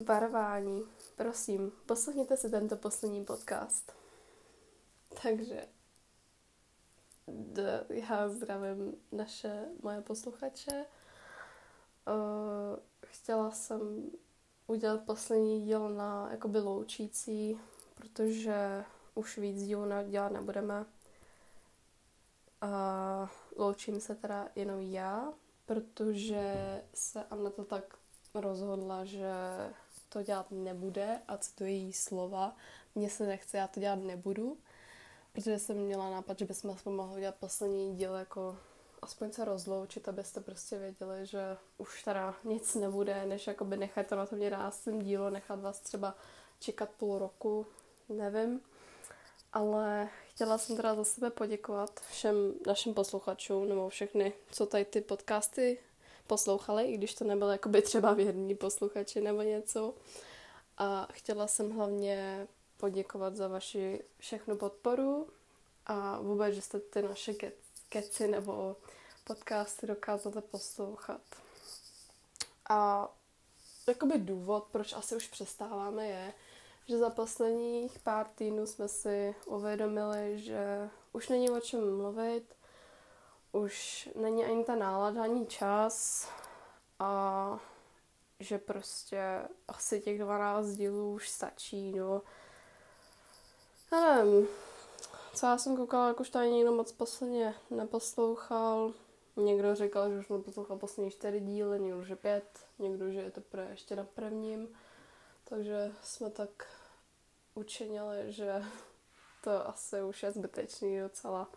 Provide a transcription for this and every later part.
varování. Prosím, poslechněte si tento poslední podcast. Takže já zdravím moje posluchače. Chtěla jsem udělat poslední díl na jakoby loučící, protože už víc dílů dělat nebudeme. Loučím se teda jenom já, protože se Aneta tak rozhodla, že to dělat nebude a cituji její slova. Mně se nechce, já to dělat nebudu, protože jsem měla nápad, že bychom aspoň mohli dělat poslední díl, jako aspoň se rozloučit, abyste prostě věděli, že už teda nic nebude, než jakoby nechat to na tom 11. dílu, nechat vás třeba čekat půl roku, nevím. Ale chtěla jsem teda za sebe poděkovat všem našim posluchačům, nebo všechny, co tady ty podcasty poslouchali, i když to nebyly jakoby třeba věrní posluchači nebo něco. A chtěla jsem hlavně poděkovat za vaši všechnu podporu a vůbec, že jste ty naše keci nebo podcasty dokázali poslouchat. A jakoby důvod, proč asi už přestáváme, je, že za posledních pár týdnů jsme si uvědomili, že už není o čem mluvit, už není ani ta nálada, ani čas a že prostě asi těch 12 dílů už stačí, no. Já nevím, co já jsem koukala, jak už to ani někdo moc posledně neposlouchal. Někdo říkal, že už neposlouchal poslední 4 díly, někdo, že 5, někdo, že je to ještě na prvním. Takže jsme tak učinili, že to asi už je zbytečný docela.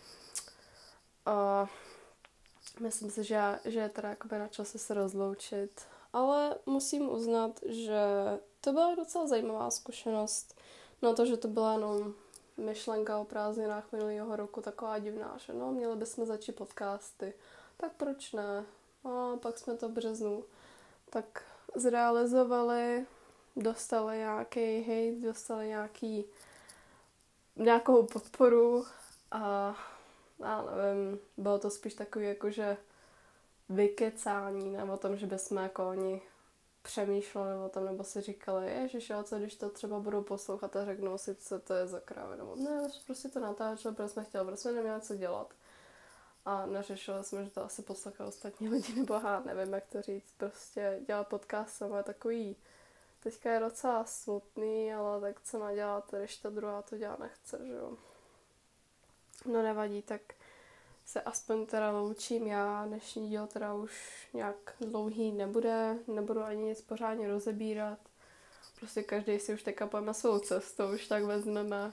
A myslím si, že je teda jakoby na čase se rozloučit. Ale musím uznat, že to byla docela zajímavá zkušenost. Na to, že to byla jenom myšlenka o prázdninách minulého roku, taková divná, že no, měli bychom začít podcasty. Tak proč ne? A pak jsme to v březnu tak zrealizovali, dostali nějaký hejt, dostali nějakou podporu a já nevím, bylo to spíš takový jakože vykecání, nebo o tom, že bychom jako oni přemýšleli o tom, nebo si říkali, ježiš, a co když to třeba budou poslouchat a řeknou si, co to je za krávy, nebo ne, prostě to natáčeli, protože jsme chtěli, protože jsme neměli co dělat. A neřešili jsme, že to asi poslouchají ostatní lidi, nebo já nevím, jak to říct, prostě dělat podcast sama je takový, teďka je docela smutný, ale tak co nadělat, když ta druhá to dělat nechce, že jo. No nevadí, tak se aspoň teda loučím já, dnešní díl teda už nějak dlouhý nebudu ani nic pořádně rozebírat. Prostě každý si už teďka pojeme svou cestou, už tak vezmeme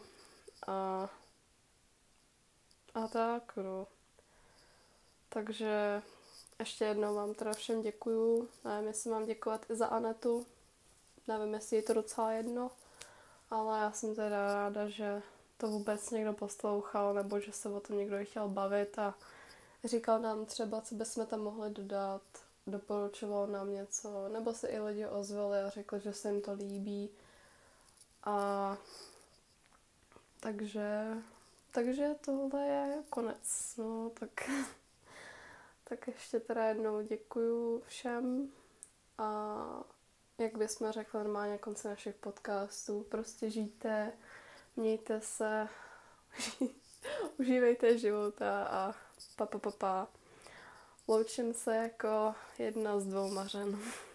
a tak, no. Takže ještě jednou vám teda všem děkuju. Nevím, jestli mám děkovat i za Anetu. Nevím, jestli je to docela jedno, ale já jsem teda ráda, že to vůbec někdo poslouchal, nebo že se o tom někdo chtěl bavit a říkal nám třeba, co bychom tam mohli dodat, doporučoval nám něco, nebo se i lidi ozvali a řekli, že se jim to líbí. A takže tohle je konec, no, tak ještě teda jednou děkuju všem a jak bychom řekli normálně na konci našich podcastů, prostě žijte, mějte se, užívejte života a pa. Loučím se jako jedna z 2 mařen.